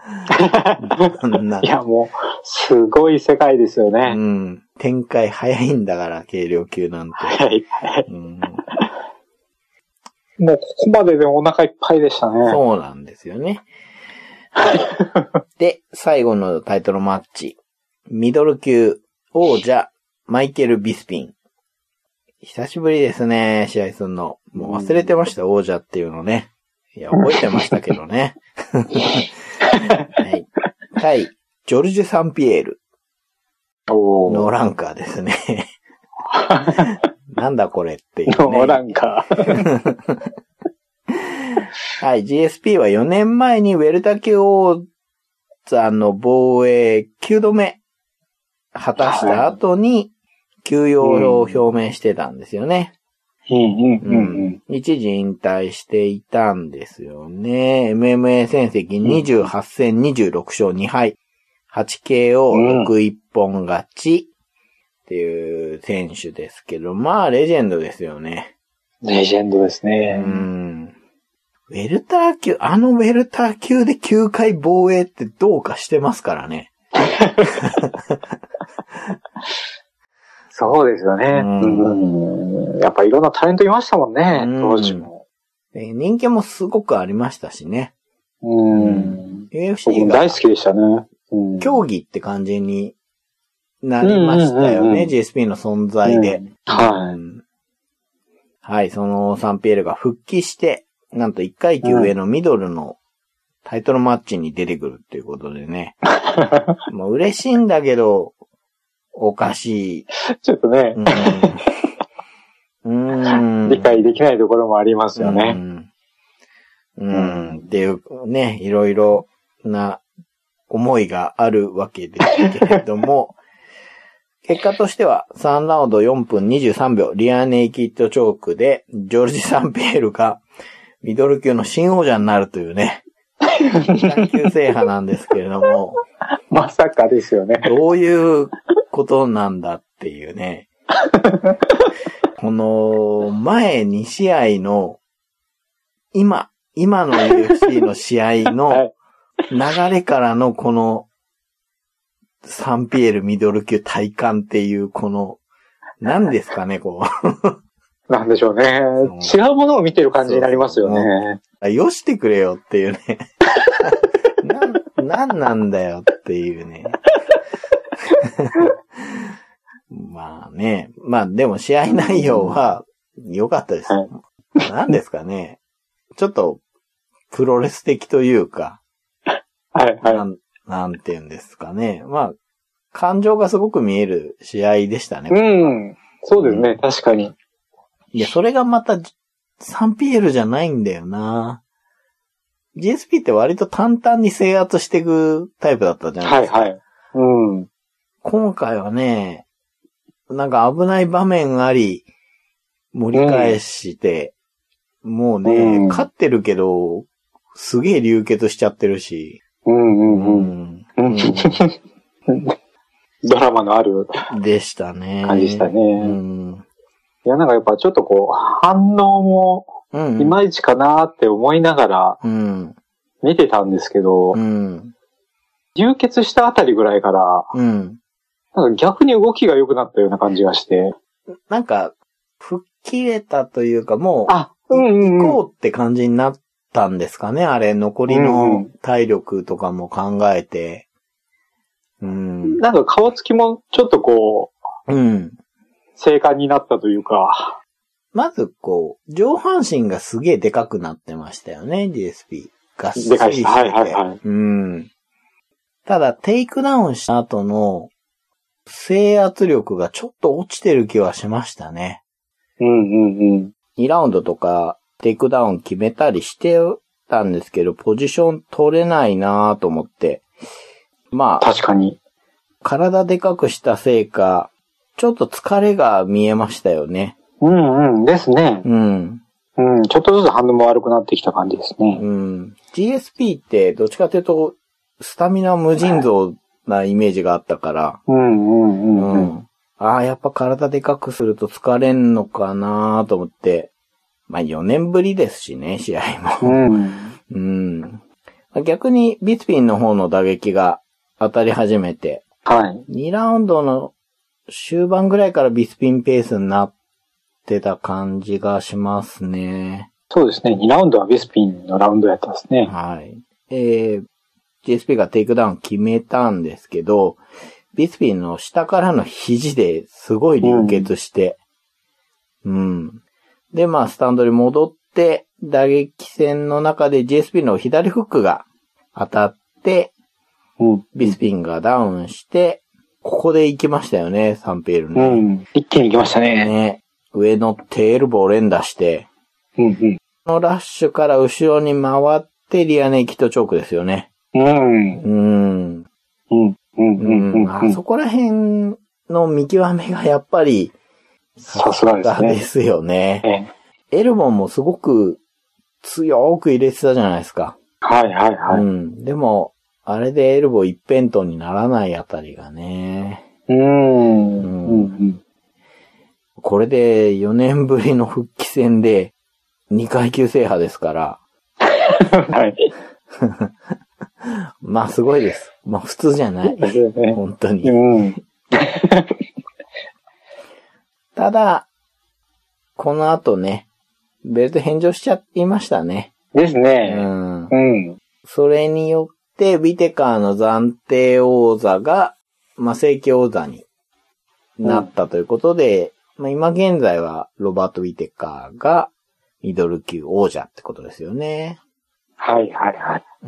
S2: いやもう、すごい世界ですよね。
S1: うん。展開早いんだから、軽量級なんて。
S2: 早い、早い。うん、もうここまででお腹いっぱいでしたね。
S1: そうなんですよね。で、最後のタイトルマッチ。ミドル級王者、マイケル・ビスピン。久しぶりですね、試合するの。もう忘れてました、王者っていうのね。いや、覚えてましたけどね。はい。対、ジョルジュ・サンピエール。ノーランカーですね。なんだこれっていう、ね。
S2: ノーランカー。
S1: はい、ジーエスピー はよねんまえにウェルタ級王座の防衛きゅうどめ果たした後に休養を表明してたんですよね。
S2: うんうんうんうん、
S1: 一時引退していたんですよね。エムエムエー 戦績にじゅうはち戦にじゅうろく勝に敗。はちケーオーろく一本勝ちっていう選手ですけど、まあレジェンドですよね。
S2: レジェンドですね。
S1: うん。ウェルター級、あのウェルター級できゅうかい防衛ってどうかしてますからね。
S2: そうですよね、うんうん。やっぱいろんなタレントいましたもんね、当時も。
S1: 人気もすごくありましたしね。
S2: うん。
S1: エーエフシー が
S2: 大好きでしたね。
S1: うん、競技って感じになりましたよね、うんうんうん、ジーエスピー の存在で。うん、
S2: はい、
S1: うん。はい、そのサンピエールが復帰して、なんといっかい級上のミドルのタイトルマッチに出てくるっていうことでね。もう嬉しいんだけど、おかしい。
S2: ちょっとね、
S1: うん、
S2: 理解できないところもありますよね。
S1: うん、うん、っていうね、いろいろな思いがあるわけですけれども、結果としてはさんラウンドよんぷんにじゅうさんびょうリアネイキッドチョークでジョルジ・サンピエールがミドル級の新王者になるというね、階級制覇なんですけれども、
S2: まさかですよね。
S1: どういうことなんだっていうね。この前に試合の今、今の ユーエフシー の試合の流れからのこのサンピエールミドル級体感っていうこの何ですかね、こ
S2: う。なんでしょうね。違うものを見てる感じになりますよね。
S1: よしてくれよっていうね。な、なんなんだよっていうね。まあね。まあでも試合内容は良かったです。はい、何ですかね。ちょっとプロレス的というか。
S2: はいはい。
S1: なん、なんていうんですかね。まあ、感情がすごく見える試合でしたね。
S2: うん。そうですね、うん、確かに。
S1: いや、それがまたサンピエールじゃないんだよな。ジーエスピー って割と淡々に制圧していくタイプだったじゃないですか。
S2: はいはい。うん。
S1: 今回はね、なんか危ない場面あり、盛り返して、うん、もうね、うん、勝ってるけど、すげえ流血しちゃってるし。
S2: うんうんうん。うん、ドラマのある。
S1: でしたね。
S2: 感じでしたね。
S1: うん、
S2: いや、なんかやっぱちょっとこう、反応も、いまいちかなーって思いながら、見てたんですけど、うん、流血したあたりぐらいから、うん、なんか逆に動きが良くなったような感じがして。
S1: なんか、吹っ切れたというか、もう、
S2: あ、うんうんうん、
S1: 行こうって感じになったんですかね、あれ。残りの体力とかも考えて。
S2: うん、なんか顔つきもちょっとこう、うん、静観になったというか。
S1: まずこう、上半身がすげえでかくなってましたよね、ジーエスピー。がっしりしてて。
S2: でかいした。はいはいはい。
S1: うん。ただ、テイクダウンした後の制圧力がちょっと落ちてる気はしましたね。
S2: うんうんうん。
S1: にラウンドとかテイクダウン決めたりしてたんですけど、ポジション取れないなぁと思って。まあ。
S2: 確かに。
S1: 体でかくしたせいか、ちょっと疲れが見えましたよね。
S2: うんうんですね。
S1: うん。
S2: うん、ちょっとずつ反応も悪くなってきた感じですね。
S1: うん。ジーエスピー ってどっちかというと、スタミナ無尽蔵なイメージがあったから。
S2: うんうんうん、うん。うん。
S1: ああ、やっぱ体でかくすると疲れんのかなと思って。まあよねんぶりですしね、試合も。うん。うん。逆にビスピンの方の打撃が当たり始めて。
S2: はい。
S1: にラウンドの終盤ぐらいからビスピンペースになってた感じがしますね。
S2: そうですね。にラウンドはビスピンのラウンドやったんですね。
S1: はい。えー、ジーエスピー がテイクダウン決めたんですけど、ビスピンの下からの肘ですごい流血して、うん。うん、で、まあ、スタンドに戻って、打撃戦の中で ジーエスピー の左フックが当たって、うん、ビスピンがダウンして、ここで行きましたよね、サンピエールね。
S2: うん。一気に行きましたね。
S1: ね。上のテールボー連打して、
S2: うんうん。
S1: のラッシュから後ろに回ってリアネイキッドチョークですよね。
S2: うん。
S1: うん。
S2: うん。うん。うん。
S1: あそこら辺の見極めがやっぱり、
S2: さすがですね。
S1: ですよね。エルボンもすごく強く入れてたじゃないですか。
S2: はいはいはい。
S1: うん。でも、あれでエルボー一辺倒にならないあたりがね。
S2: うーん。うんうん、
S1: これでよねんぶりの復帰戦でにかい級制覇ですから。
S2: はい。
S1: まあすごいです。まあ普通じゃない。ね、本当に。
S2: うん、
S1: ただ、この後ね、ベルト返上しちゃいましたね。
S2: ですね。
S1: うん。
S2: うん。
S1: それによって、ウィテカーの暫定王座が、まあ、正規王座になったということで、うん、まあ、今現在はロバート・ウィテカーがミドル級王者ってことですよね。
S2: はいはいはい。
S1: うん。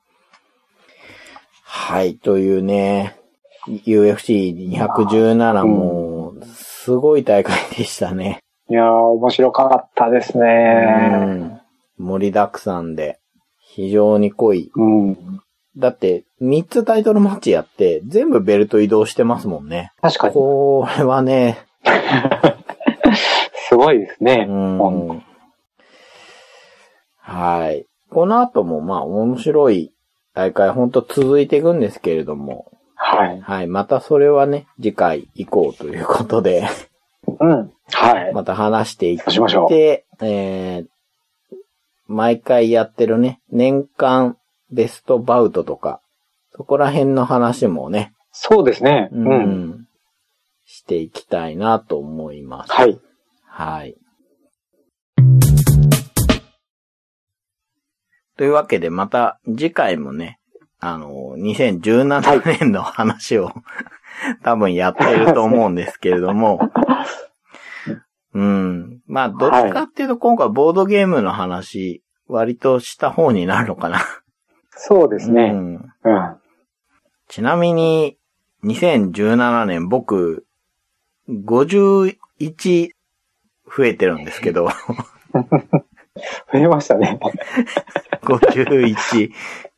S1: はい、というね、ユーエフシーにひゃくじゅうなな も、すごい大会でしたね。
S2: いやー、面白かったですね。
S1: うん。盛りだくさんで、非常に濃い。
S2: うん。
S1: だって、みっつタイトルマッチやって、全部ベルト移動してますもんね。
S2: 確かに。
S1: これはね。
S2: すごいですね。
S1: うん。はい。この後もまあ面白い大会ほんと続いていくんですけれども。
S2: はい。
S1: はい。またそれはね、次回以降ということで。
S2: うん。はい。
S1: また話していって、
S2: しましょう。
S1: えー、毎回やってるね、年間ベストバウトとか、そこら辺の話もね。
S2: そうですね。
S1: うん。うん、していきたいなと思います。
S2: はい。
S1: はい。というわけで、また次回もね、あの、にせんじゅうななねんの話を、はい、多分やってると思うんですけれども、うん。まあ、どっちかっていうと今回ボードゲームの話、割とした方になるのかな。
S2: そうですね。うん。うん、
S1: ちなみに、にせんじゅうななねん僕、ごじゅういち増えてるんですけど。
S2: 増えましたね。
S1: ごじゅういち。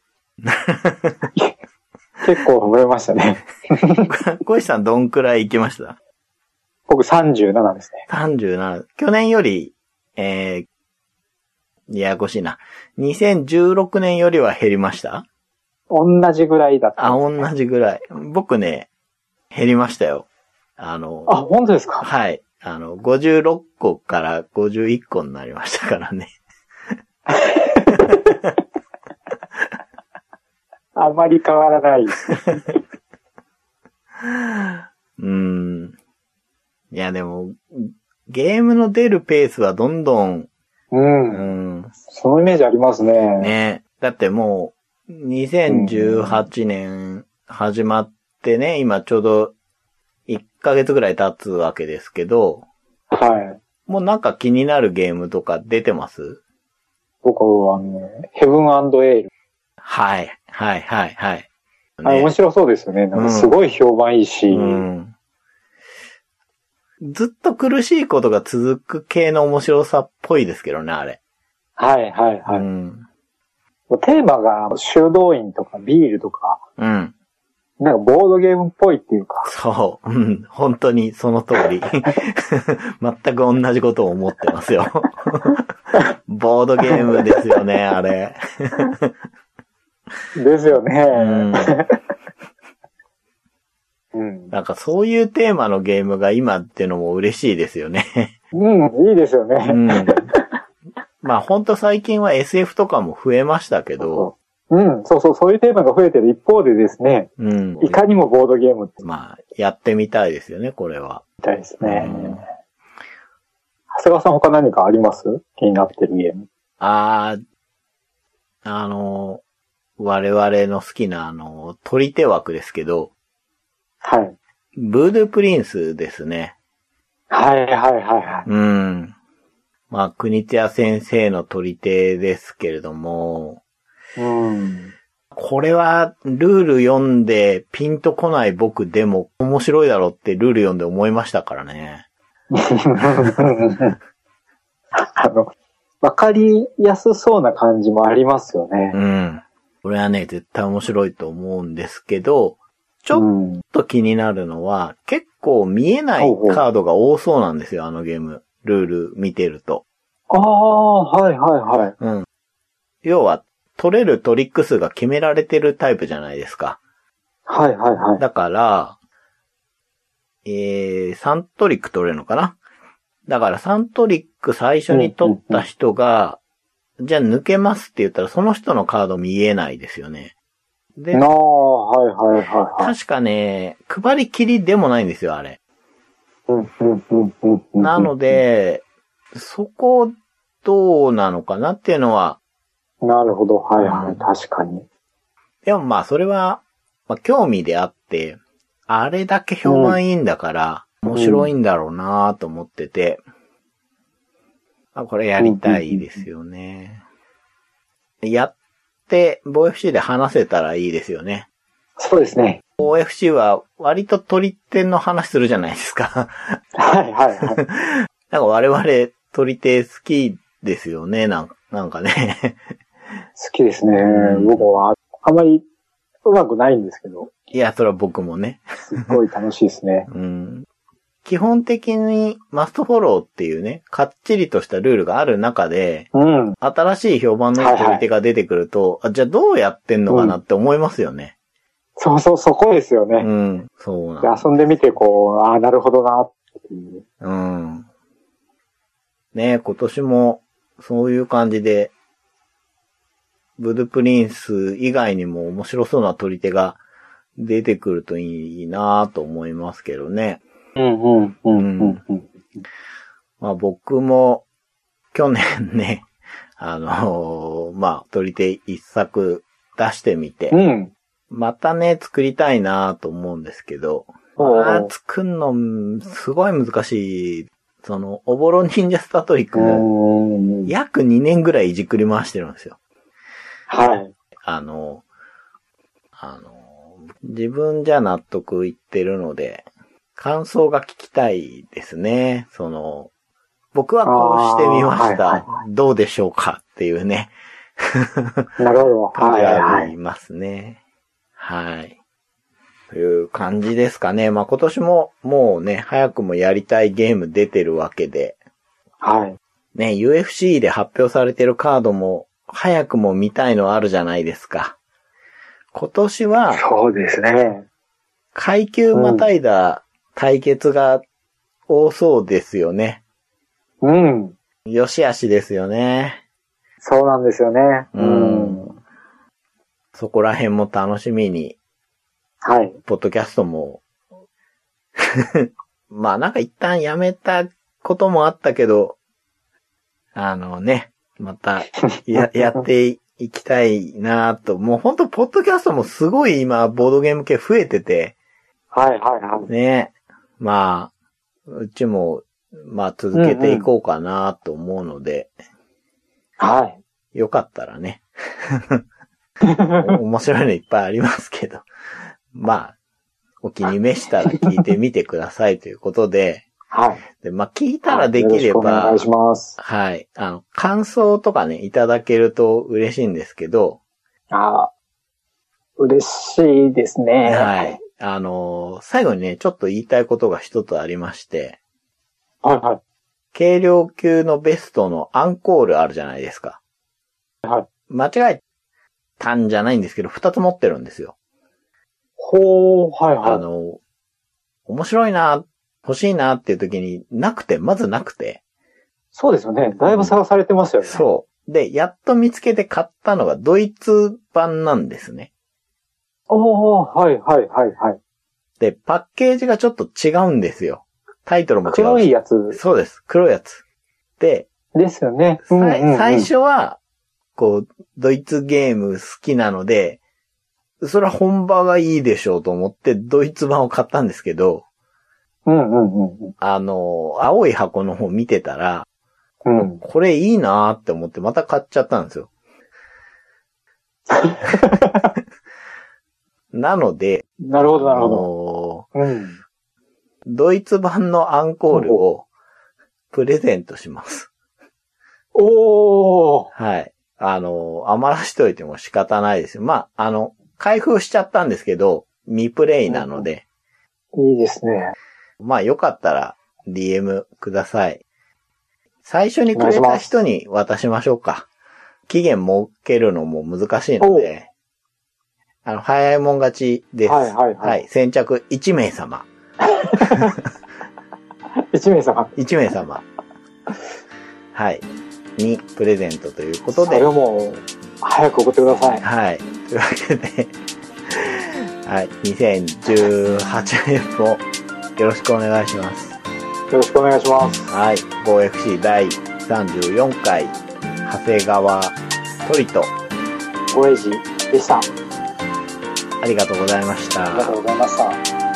S2: 結構増えましたね。
S1: 小石さんどんくらい行きました？
S2: 僕さんじゅうななですね。
S1: さんじゅうなな。去年より、えー、ややこしいな。にせんじゅうろくねんよりは減りました？
S2: 同じぐらいだった、
S1: ね。あ、同じぐらい。僕ね、減りましたよ。あの、
S2: あ、本当ですか？
S1: はい。あの、ごじゅうろっこからごじゅういっこになりましたからね。
S2: あまり変わらない。
S1: うーん。いやでも、ゲームの出るペースはどんどん、
S2: うん。うん、そのイメージありますね。
S1: ね。だってもう、にせんじゅうはちねん始まってね、うん、今ちょうどいっかげつぐらい経つわけですけど、
S2: はい。
S1: もうなんか気になるゲームとか出てます？
S2: 僕はあの、ヘブン&エール。
S1: はい、はい、はい、はい。
S2: ね、あ、面白そうですよね。なんかすごい評判いいし、
S1: うんうん。ずっと苦しいことが続く系の面白さっぽいですけどね、あれ。
S2: はいはいはい。うん、テーマが修道院とかビールとか、
S1: うん。
S2: なんかボードゲームっぽいっていうか。
S1: そう。うん。本当にその通り。全く同じことを思ってますよ。ボードゲームですよね、あれ。
S2: ですよね。
S1: うん。なんかそういうテーマのゲームが今っていうのも嬉しいですよね。
S2: うん、いいですよね。うん。
S1: まあ本当最近は エスエフ とかも増えましたけど。
S2: うん、そうそう、そういうテーマが増えてる一方でですね。うん。いかにもボードゲームって。
S1: まあ、やってみたいですよね、これは。
S2: みたいですね。うん、長谷川さん他何かあります？気になってるゲーム。
S1: ああ、あの、我々の好きなあの、取り手枠ですけど。
S2: はい。
S1: ブードゥープリンスですね。
S2: はいはいはいはい。
S1: うん。まあ、国津屋先生の取り手ですけれども。
S2: うん。
S1: これは、ルール読んでピンとこない僕でも面白いだろうってルール読んで思いましたからね。
S2: あの、 わかりやすそうな感じもありますよね。
S1: うん。これはね、絶対面白いと思うんですけど、ちょっと気になるのは、うん、結構見えないカードが多そうなんですよ、あのゲーム。ルール見てると。
S2: ああ、はいはいはい。
S1: うん。要は、取れるトリック数が決められてるタイプじゃないですか。
S2: はいはいはい。
S1: だから、えー、さんトリック取れるのかな？だからさんトリック最初に取った人が、うんうんうん、じゃあ抜けますって言ったらその人のカード見えないですよね。で、
S2: ああ、はいはいはい、はい。
S1: 確かね、配りきりでもないんですよ、あれ。
S2: うんうんうんうんうん、
S1: なので、そこどうなのかなっていうのは。
S2: なるほど、はいはい、うん、確かに。
S1: でもまあそれは、まあ、興味であって、あれだけ評判いいんだから、面白いんだろうなと思ってて、まあ、これやりたいですよね。やって、オーエフシー で話せたらいいですよね。
S2: そうですね。
S1: オーエフシー は割と取り手の話するじゃないですか。
S2: はいはいはい。
S1: なんか我々取り手好きですよね、なんか、なんかね。
S2: 好きですね。うん、僕はあんまりうまくないんですけど。
S1: いや、それは僕もね。
S2: すっごい楽しいですね。
S1: うん、基本的にマストフォローっていうね、かっちりとしたルールがある中で、うん、新しい評判のいい取り手が出てくると、はいはい、あ、じゃあどうやってんのかなって思いますよね。
S2: うん、そうそう、そこですよね。
S1: うん、そうなん
S2: で遊んでみてこう、ああ、なるほどなっていう。
S1: うん。ね、今年もそういう感じで、ブループリンス以外にも面白そうな取り手が出てくるといいなと思いますけどね。
S2: うんうんうんうんうん。
S1: まあ僕も去年ね、あのー、まあ取り手一作出してみて、うん、またね作りたいなと思うんですけど、まあ作るのすごい難しい。そのおぼろ忍者スタートリックも約にねんぐらいいじくり回してるんですよ。
S2: はい。
S1: あの、あの、自分じゃ納得いってるので、感想が聞きたいですね。その、僕はこうしてみました。はいはいはい、どうでしょうかっていうね。
S2: なるほど。
S1: 感じがありますね。はいはいはい。はい。という感じですかね。まあ今年ももうね、早くもやりたいゲーム出てるわけで。
S2: はい。
S1: ね、ユーエフシー で発表されてるカードも早くも見たいのあるじゃないですか。今年は、
S2: そうですね。
S1: 階級またいだ対決が多そうですよね。
S2: うん。
S1: よしあしですよね。
S2: そうなんですよね。
S1: うん。うん、そこら辺も楽しみに。
S2: はい。
S1: ポッドキャストも。まあなんか一旦やめたこともあったけど、あのね、またや、やっていきたいなと。もうほんと、ポッドキャストもすごい今、ボードゲーム系増えてて。
S2: はいはいはい。
S1: ね。まあ、うちも、まあ続けていこうかなと思うので。
S2: うんうん、はい。
S1: よかったらね。面白いのいっぱいありますけど。まあ、お気に召したら聞いてみてくださいということで。
S2: はい。
S1: で、まあ、聞いたらできれば、
S2: はい、よろしくお願いします。
S1: はい。あの、感想とかね、いただけると嬉しいんですけど。
S2: ああ、嬉しいですね。
S1: はい。あの、最後にね、ちょっと言いたいことが一つありまして。
S2: はいはい。
S1: 軽量級のベストのアンコールあるじゃないですか。
S2: はい。
S1: 間違えたんじゃないんですけど、二つ持ってるんですよ。
S2: ほー、はいはい。
S1: あの、面白いな、欲しいなっていう時になくて、まずなくて。
S2: そうですよね。だいぶ探されてますよね。
S1: そう。で、やっと見つけて買ったのがドイツ版なんですね。
S2: おー、はいはいはいはい。
S1: で、パッケージがちょっと違うんですよ。タイトルも違う。
S2: 黒いやつ。
S1: そうです。黒いやつ。で、
S2: ですよね。
S1: うんうんうん、最初は、こう、ドイツゲーム好きなので、それは本場がいいでしょうと思ってドイツ版を買ったんですけど、
S2: うんうんうん、
S1: あの、青い箱の方見てたら、うん、これいいなーって思ってまた買っちゃったんですよ。なので、
S2: なるほどなるほど、うん。
S1: ドイツ版のアンコールをプレゼントします。
S2: おー。
S1: はい。あの、余らしといても仕方ないですよ。まあ、あの、開封しちゃったんですけど、未プレイなので。
S2: いいですね。
S1: まあ、よかったら ディーエム ください。最初にくれた人に渡しましょうか。期限設けるのも難しいので、あの、早いもん勝ちです。
S2: はいはいはい。
S1: はい。先着いちめいさま。
S2: いちめいさま。
S1: いちめいさま。はい。にプレゼントということで。
S2: それをもう、早く送ってください。
S1: はい。というわけで、はい。にせんじゅうはちねんもよろしくお願いします。
S2: よろしくお願いします。
S1: はい。ゴーエフシー だいさんじゅうよんかい、長谷川トリト。
S2: ゴエジでした。
S1: ありがとうございました。
S2: ありがとうございました。